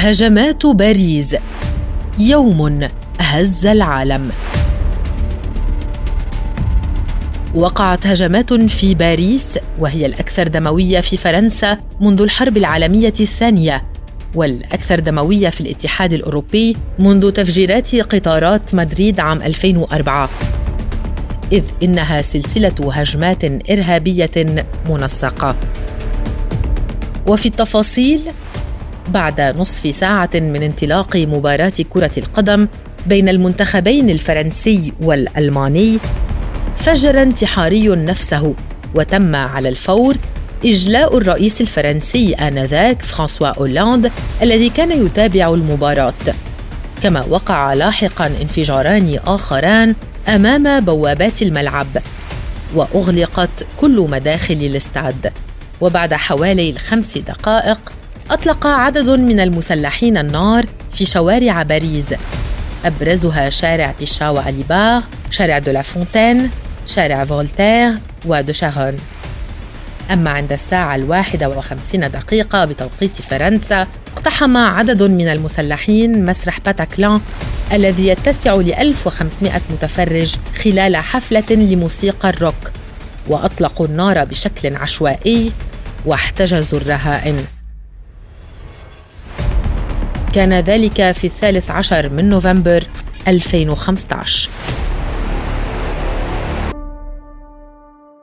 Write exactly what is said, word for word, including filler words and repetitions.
هجمات باريس، يوم هز العالم. وقعت هجمات في باريس، وهي الأكثر دموية في فرنسا منذ الحرب العالمية الثانية، والأكثر دموية في الاتحاد الأوروبي منذ تفجيرات قطارات مدريد عام ألفين وأربعة، إذ إنها سلسلة هجمات إرهابية منسقة. وفي التفاصيل، بعد نصف ساعة من انطلاق مباراة كرة القدم بين المنتخبين الفرنسي والألماني، فجر انتحاري نفسه، وتم على الفور إجلاء الرئيس الفرنسي آنذاك فرانسوا أولاند الذي كان يتابع المباراة. كما وقع لاحقاً انفجاران آخران أمام بوابات الملعب، وأغلقت كل مداخل الاستاد. وبعد حوالي الخمس دقائق أطلق عدد من المسلحين النار في شوارع باريس، أبرزها شارع بيشاو أليبار، شارع دو لا فونتين، شارع فولتير ودو شارون. أما عند الساعة الواحدة وخمسين دقيقة بتوقيت فرنسا، اقتحم عدد من المسلحين مسرح باتاكلان الذي يتسع لألف وخمسمائة متفرج خلال حفلة لموسيقى الروك، وأطلقوا النار بشكل عشوائي واحتجزوا الرهائن. كان ذلك في الثالث عشر من نوفمبر ألفين وخمسة عشر.